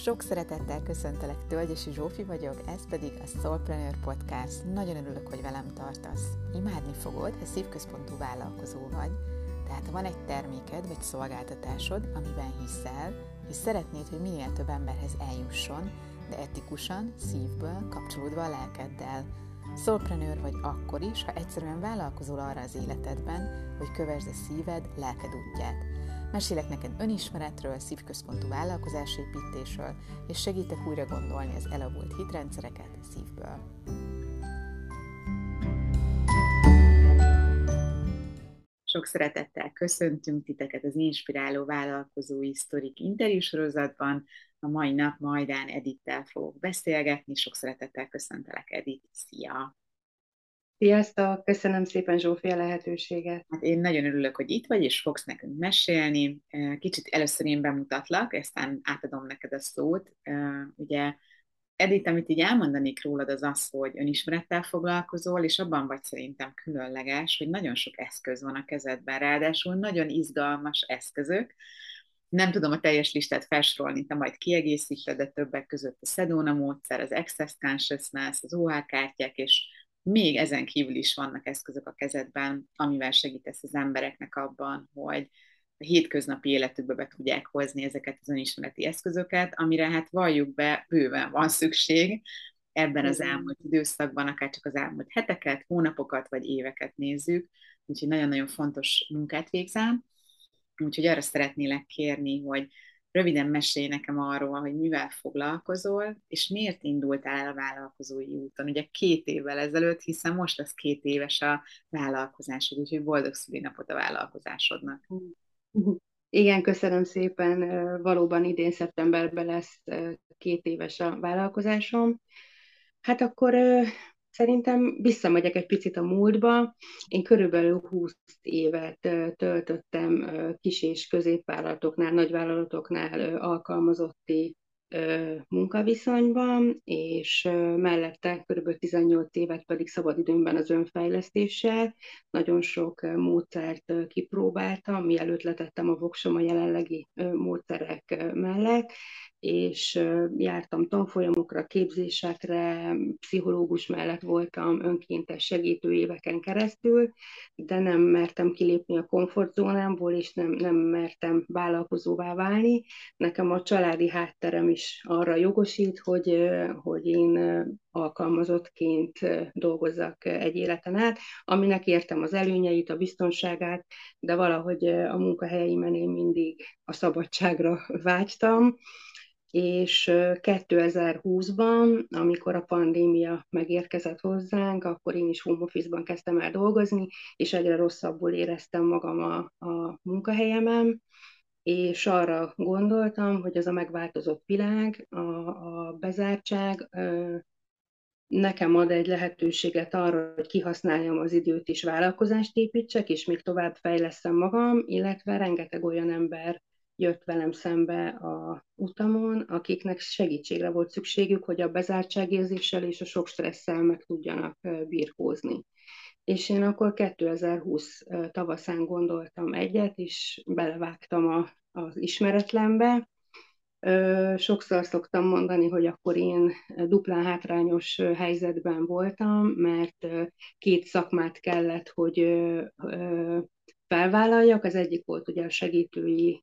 Sok szeretettel köszöntelek, Tölgyesi Zsófi vagyok, ez pedig a Soulpreneur Podcast. Nagyon örülök, hogy velem tartasz. Imádni fogod, ha szívközpontú vállalkozó vagy, tehát ha van egy terméked vagy szolgáltatásod, amiben hiszel, és szeretnéd, hogy minél több emberhez eljusson, de etikusan, szívből, kapcsolódva a lelkeddel. Soulpreneur vagy akkor is, ha egyszerűen vállalkozol arra az életedben, hogy kövesd a szíved, lelked útját. Mesélek neked önismeretről, szívközpontú vállalkozásépítésről, és segítek újra gondolni az elavult hitrendszereket szívből. Sok szeretettel köszöntünk titeket az Inspiráló Vállalkozói Sztorik interjúsorozatban. A mai nap Majdán Edittel fogok beszélgetni. Sok szeretettel köszöntelek, Edit. Szia! Sziasztok! Köszönöm szépen, Zsófi, a lehetőséget. Hát én nagyon örülök, hogy itt vagy, és fogsz nekünk mesélni. Kicsit először én bemutatlak, aztán átadom neked a szót. Ugye, Edit, amit így elmondanék rólad, az az, hogy önismerettel foglalkozol, és abban vagy szerintem különleges, hogy nagyon sok eszköz van a kezedben, ráadásul nagyon izgalmas eszközök. Nem tudom a teljes listát felsorolni, te majd kiegészíted, de többek között a Sedona módszer, az Access Consciousness, az OH kártyák, és még ezen kívül is vannak eszközök a kezedben, amivel segítesz az embereknek abban, hogy a hétköznapi életükbe be tudják hozni ezeket az önismereti eszközöket, amire hát valljuk be, bőven van szükség ebben az elmúlt időszakban, akár csak az elmúlt heteket, hónapokat vagy éveket nézzük, úgyhogy nagyon-nagyon fontos munkát végzem. Úgyhogy arra szeretnélek kérni, hogy röviden mesélj nekem arról, hogy mivel foglalkozol, és miért indultál el a vállalkozói úton. Ugye 2 évvel ezelőtt, hiszen most lesz 2 éves a vállalkozásod, úgyhogy boldog szülinapot a vállalkozásodnak. Igen, köszönöm szépen. Valóban idén szeptemberben lesz 2 éves a vállalkozásom. Hát akkor szerintem visszamegyek egy picit a múltba. Én körülbelül 20 évet töltöttem kis- és középvállalatoknál, nagyvállalatoknál alkalmazotti munkaviszonyban, és mellette körülbelül 18 évet pedig szabadidőmben az önfejlesztéssel. Nagyon sok módszert kipróbáltam, mielőtt letettem a voksom a jelenlegi módszerek mellett, és jártam tanfolyamokra, képzésekre, pszichológus mellett voltam önkéntes segítő éveken keresztül, de nem mertem kilépni a komfortzónámból, és nem mertem vállalkozóvá válni. Nekem a családi hátterem is arra jogosít, hogy én alkalmazottként dolgozzak egy életen át, aminek értem az előnyeit, a biztonságát, de valahogy a munkahelyeimen én mindig a szabadságra vágytam, és 2020-ban, amikor a pandémia megérkezett hozzánk, akkor én is home office-ban kezdtem el dolgozni, és egyre rosszabbul éreztem magam a munkahelyemen, és arra gondoltam, hogy az a megváltozott világ, a bezártság nekem ad egy lehetőséget arra, hogy kihasználjam az időt és vállalkozást építsek, és még tovább fejleszem magam, illetve rengeteg olyan ember jött velem szembe a utamon, akiknek segítségre volt szükségük, hogy a bezártságérzéssel és a sok stresszel meg tudjanak birkózni. És én akkor 2020 tavaszán gondoltam egyet, és belevágtam az ismeretlenbe. Sokszor szoktam mondani, hogy akkor én duplán hátrányos helyzetben voltam, mert 2 szakmát kellett, hogy felvállaljak. Az egyik volt ugye a segítői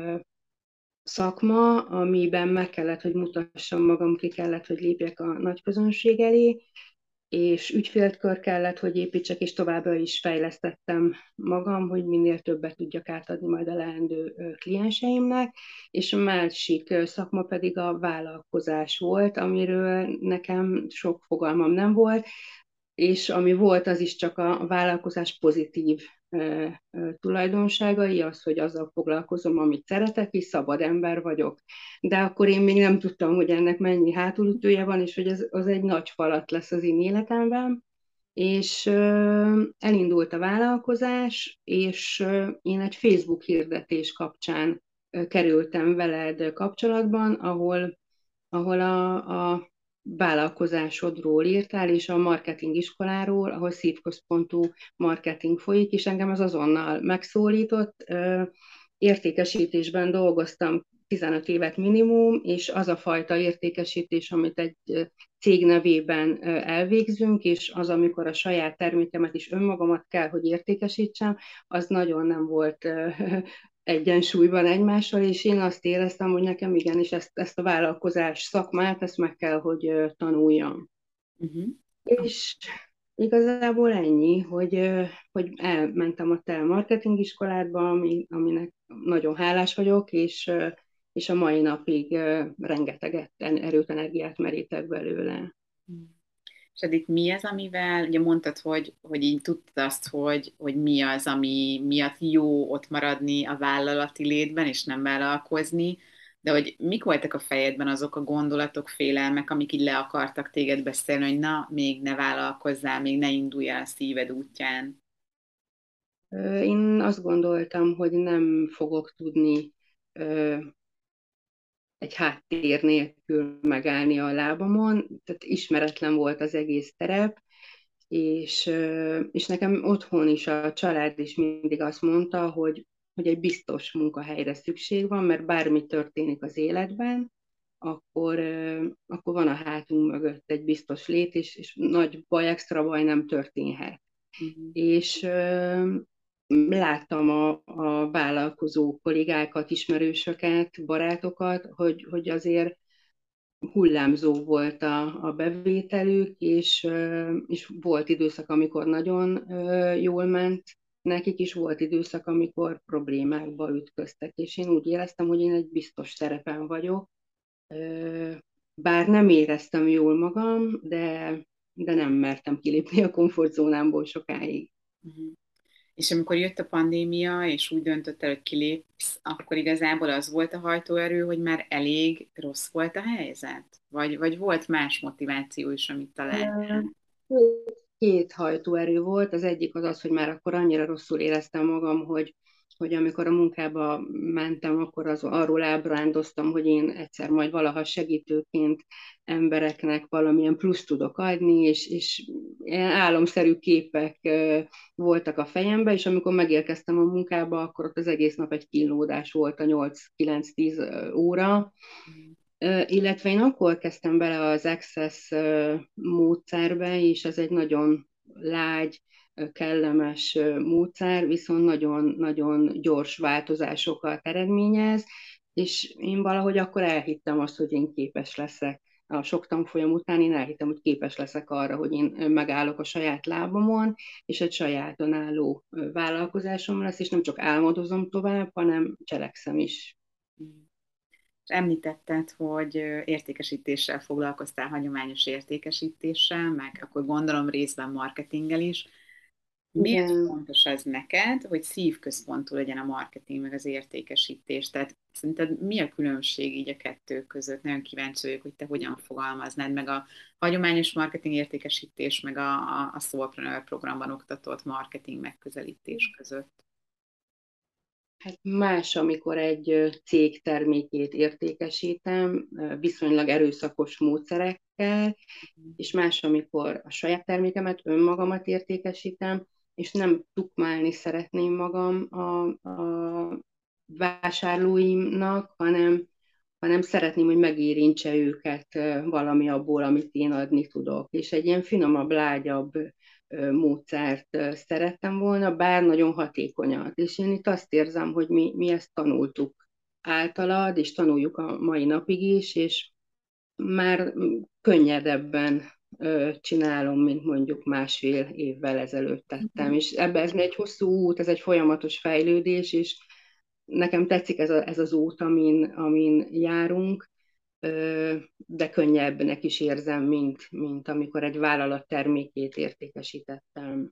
szakma, amiben meg kellett, hogy mutassam magam, ki kellett, hogy lépjek a nagy közönség elé, és ügyfélkör kellett, hogy építsek, és továbbra is fejlesztettem magam, hogy minél többet tudjak átadni majd a leendő klienseimnek, és a másik szakma pedig a vállalkozás volt, amiről nekem sok fogalmam nem volt, és ami volt, az is csak a vállalkozás pozitív tulajdonságai, az, hogy azzal foglalkozom, amit szeretek, és szabad ember vagyok. De akkor én még nem tudtam, hogy ennek mennyi hátulütője van, és hogy az egy nagy falat lesz az én életemben. És elindult a vállalkozás, és én egy Facebook hirdetés kapcsán kerültem veled kapcsolatban, ahol a vállalkozásodról írtál, és a marketing iskoláról, ahol szívközpontú marketing folyik, és engem az azonnal megszólított. Értékesítésben dolgoztam 15 évet minimum, és az a fajta értékesítés, amit egy cég nevében elvégzünk, és az, amikor a saját termékemet is önmagamat kell, hogy értékesítsem, az nagyon nem volt egyensúlyban egymással, és én azt éreztem, hogy nekem igenis ezt a vállalkozás szakmát, ezt meg kell, hogy tanuljam. Uh-huh. És igazából ennyi, hogy elmentem a telemarketing iskolába, aminek nagyon hálás vagyok, és a mai napig rengeteget erőt, energiát merítek belőle. És Edith, mi az, amivel, ugye mondtad, hogy így tudtad azt, hogy mi az, ami miatt jó ott maradni a vállalati létben, és nem vállalkozni, de hogy mik voltak a fejedben azok a gondolatok, félelmek, amik így le akartak téged beszélni, hogy na, még ne vállalkozzál, még ne indulj el a szíved útján. Én azt gondoltam, hogy nem fogok tudni egy háttér nélkül megállni a lábamon, tehát ismeretlen volt az egész terep, és nekem otthon is a család is mindig azt mondta, hogy egy biztos munkahelyre szükség van, mert bármi történik az életben, akkor van a hátunk mögött egy biztos lét, és nagy baj, extra baj nem történhet. Mhm. És láttam a vállalkozó kollégákat, ismerősöket, barátokat, hogy azért hullámzó volt a bevételük, és volt időszak, amikor nagyon jól ment, nekik is volt időszak, amikor problémákba ütköztek, és én úgy éreztem, hogy én egy biztos szerepen vagyok, bár nem éreztem jól magam, de nem mertem kilépni a komfortzónámból sokáig. Mhm. És amikor jött a pandémia, és úgy döntöttél, hogy kilépsz, akkor igazából az volt a hajtóerő, hogy már elég rossz volt a helyzet? Vagy volt más motiváció is, amit találtál? Két hajtóerő volt. Az egyik az, hogy már akkor annyira rosszul éreztem magam, hogy amikor a munkába mentem, akkor arról ábrándoztam, hogy én egyszer majd valaha segítőként embereknek valamilyen plusz tudok adni, és ilyen álomszerű képek voltak a fejemben, és amikor megérkeztem a munkába, akkor ott az egész nap egy kínlódás volt a 8-9-10 óra, illetve én akkor kezdtem bele az Access módszerbe, és ez egy nagyon lágy, kellemes módszer, viszont nagyon-nagyon gyors változásokat eredményez, és én valahogy akkor elhittem azt, hogy én képes leszek. A sok tanfolyam után én elhittem, hogy képes leszek arra, hogy én megállok a saját lábamon, és egy saját önálló vállalkozásom lesz, és nem csak álmodozom tovább, hanem cselekszem is. És említetted, hogy értékesítéssel foglalkoztál, hagyományos értékesítéssel, meg akkor gondolom részben marketinggel is. Miért Igen. fontos ez neked, hogy szívközpontú legyen a marketing, meg az értékesítés? Tehát szerinted mi a különbség így a kettő között? Nagyon kíváncsi vagyok, hogy te hogyan fogalmaznád meg a hagyományos marketing értékesítés, meg a Soulpreneur programban oktatott marketing megközelítés között. Hát más, amikor egy cég termékét értékesítem, viszonylag erőszakos módszerekkel, és más, amikor a saját termékemet, önmagamat értékesítem, és nem tukmálni szeretném magam a vásárlóimnak, hanem szeretném, hogy megérintse őket valami abból, amit én adni tudok. És egy ilyen finomabb, lágyabb módszert szerettem volna, bár nagyon hatékonyat. És én itt azt érzem, hogy mi ezt tanultuk általad, és tanuljuk a mai napig is, és már könnyedebben csinálom, mint mondjuk másfél évvel ezelőtt tettem. És ebbe ez egy hosszú út, ez egy folyamatos fejlődés, és nekem tetszik ez az út, amin járunk, de könnyebbnek is érzem, mint amikor egy vállalat termékét értékesítettem.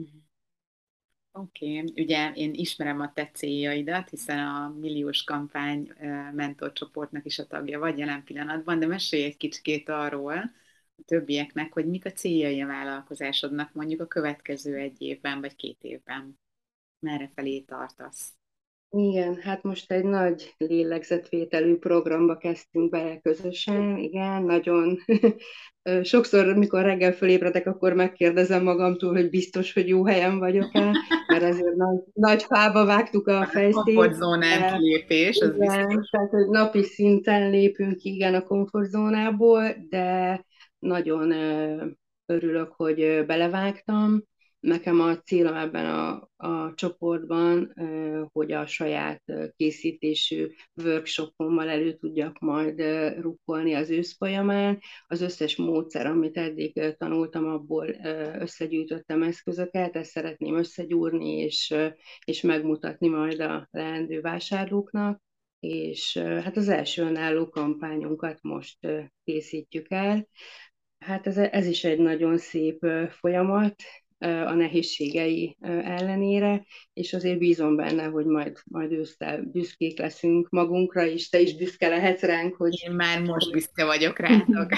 Oké, ugye én ismerem a te céljaidat, hiszen a milliós kampány mentorcsoportnak is a tagja vagy jelen pillanatban, de mesélj egy kicsikét arról a többieknek, hogy mik a céljai a vállalkozásodnak mondjuk a következő 1 évben vagy 2 évben. Merre felé tartasz? Igen, hát most egy nagy lélegzetvételű programba kezdtünk bele közösen, igen, nagyon sokszor, mikor reggel fölébredek, akkor megkérdezem magamtól, hogy biztos, hogy jó helyen vagyok-e, mert azért nagy fába vágtuk a A fejszét, komfortzónán de kilépés, az igen, biztos. tehát hogy napi szinten lépünk ki, igen, a komfortzónából, de nagyon örülök, hogy belevágtam. Nekem a célom ebben a csoportban, hogy a saját készítésű workshopommal elő tudjak majd rukkolni az ősz folyamán. Az összes módszer, amit eddig tanultam, abból összegyűjtöttem eszközöket, ezt szeretném összegyúrni, és megmutatni majd a leendő vásárlóknak, és hát az első önálló kampányunkat most készítjük el. Hát ez is egy nagyon szép folyamat a nehézségei ellenére, és azért bízom benne, hogy majd ősszel büszkék leszünk magunkra, és te is büszke lehetsz ránk, Én már most hogy büszke vagyok rátok.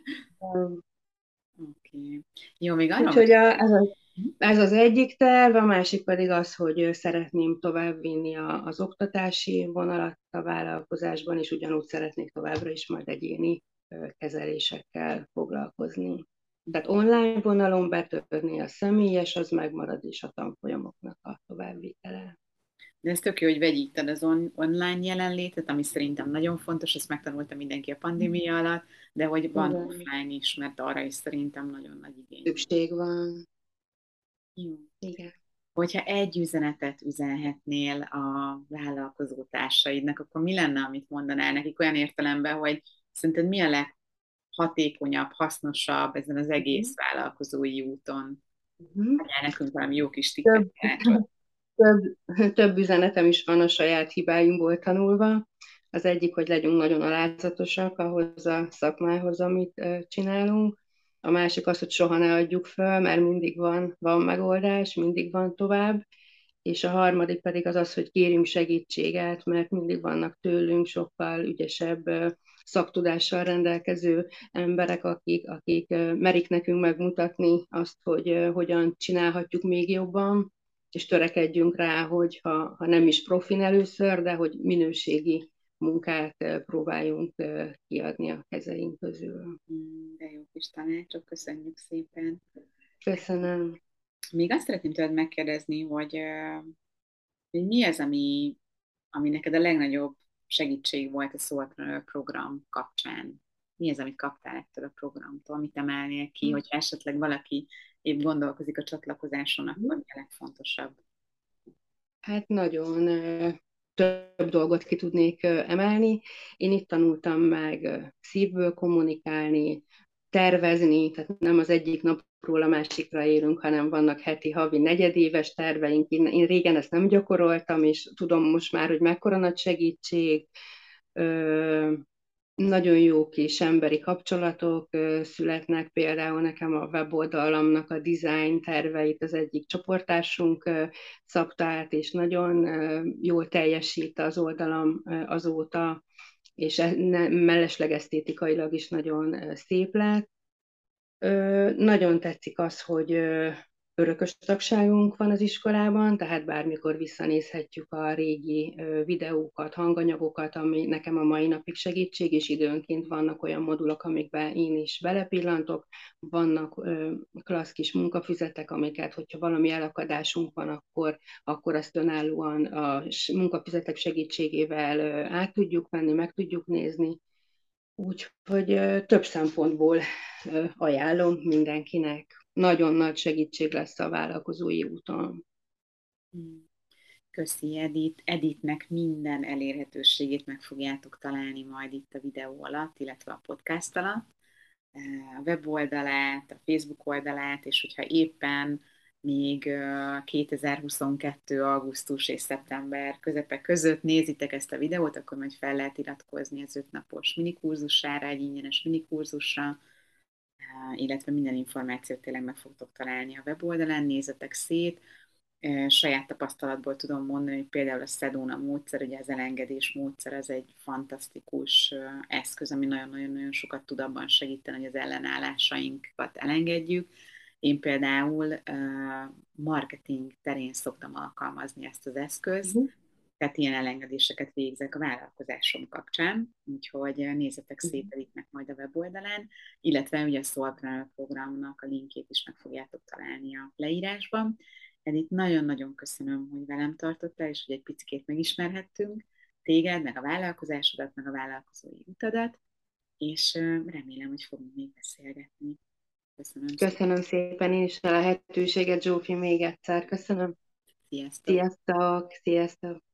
Oké. Jó, még arról úgyhogy mesélj. ez az egyik terv, a másik pedig az, hogy szeretném továbbvinni az oktatási vonalat a vállalkozásban, és ugyanúgy szeretnék továbbra is majd egyéni kezelésekkel foglalkozni. Tehát online vonalon betörni a személyes, az megmarad is a tanfolyamoknak a továbbvitele. De ez tök jó, hogy vegyíted az online jelenlétet, ami szerintem nagyon fontos, ezt megtanulta mindenki a pandémia alatt, de hogy van Igen, offline is, mert arra is szerintem nagyon nagy igény van. szükség van. Jó. Igen. Hogyha egy üzenetet üzenhetnél a vállalkozó társaidnak, akkor mi lenne, amit mondanál nekik olyan értelemben, hogy szerinted mi a leghatékonyabb, hasznosabb ezen az egész vállalkozói úton? Mhm. Adjál nekünk valami jó kis tippet, Több, tanácsot. több üzenetem is van a saját hibáinkból tanulva. Az egyik, hogy legyünk nagyon alázatosak ahhoz a szakmához, amit csinálunk. A másik az, hogy soha ne adjuk föl, mert mindig van megoldás, mindig van tovább. És a harmadik pedig az, hogy kérjünk segítséget, mert mindig vannak tőlünk sokkal ügyesebb szaktudással rendelkező emberek, akik merik nekünk megmutatni azt, hogy hogyan csinálhatjuk még jobban, és törekedjünk rá, hogy ha nem is profin először, de hogy minőségi munkát próbáljunk kiadni a kezeink közül. De jó kis tanácsok, köszönjük szépen. Köszönöm. Még azt szeretném tőled megkérdezni, hogy mi az, ami neked a legnagyobb segítség volt a Soulpreneur program kapcsán? Mi az, amit kaptál ettől a programtól? Mit emelnél ki, hogyha esetleg valaki épp gondolkozik a csatlakozáson, akkor mi a legfontosabb? Hát nagyon több dolgot ki tudnék emelni. Én itt tanultam meg szívből kommunikálni, tervezni, tehát nem az egyik napról a másikra élünk, hanem vannak heti, havi, negyedéves terveink. Én régen ezt nem gyakoroltam, és tudom most már, hogy mekkora nagy segítség. Nagyon jó kis emberi kapcsolatok születnek, például nekem a weboldalamnak a design terveit az egyik csoporttársunk szabta át, és nagyon jól teljesít az oldalam azóta, és mellesleg esztétikailag is nagyon szép lett. Nagyon tetszik az, hogy örökös tagságunk van az iskolában, tehát bármikor visszanézhetjük a régi videókat, hanganyagokat, ami nekem a mai napig segítség, és időnként vannak olyan modulok, amikben én is belepillantok, vannak klassz kis munkafüzetek, amiket, hogyha valami elakadásunk van, akkor azt önállóan a munkafüzetek segítségével át tudjuk venni, meg tudjuk nézni. Úgyhogy több szempontból ajánlom mindenkinek. Nagyon nagy segítség lesz a vállalkozói úton. Hmm. Köszi, Edit. Editnek minden elérhetőségét meg fogjátok találni majd itt a videó alatt, illetve a podcast alatt. A weboldalát, a Facebook oldalát, és hogyha éppen még 2022. augusztus és szeptember közepe között nézitek ezt a videót, akkor majd fel lehet iratkozni az 5 napos minikurzusára, egy ingyenes minikurzusra, illetve minden információt tényleg meg fogtok találni a weboldalán, nézzetek szét. Saját tapasztalatból tudom mondani, hogy például a Sedona módszer, ugye az elengedés módszer, az egy fantasztikus eszköz, ami nagyon-nagyon sokat tud abban segíteni, hogy az ellenállásainkat elengedjük. Én például marketing terén szoktam alkalmazni ezt az eszközt, Tehát ilyen elengedéseket végzek a vállalkozásom kapcsán, úgyhogy nézzetek szét Editnek majd a weboldalán, illetve ugye a Soulpreneur programnak a linkjét is meg fogjátok találni a leírásban. Edith, nagyon-nagyon köszönöm, hogy velem tartottál, és hogy egy picit megismerhettünk téged, meg a vállalkozásodat, meg a vállalkozói utadat, és remélem, hogy fogunk még beszélgetni. Köszönöm szépen. Köszönöm szépen én is a lehetőséget, Zsófi, még egyszer. Köszönöm. Sziasztok! Sziasztok! Sziasztok!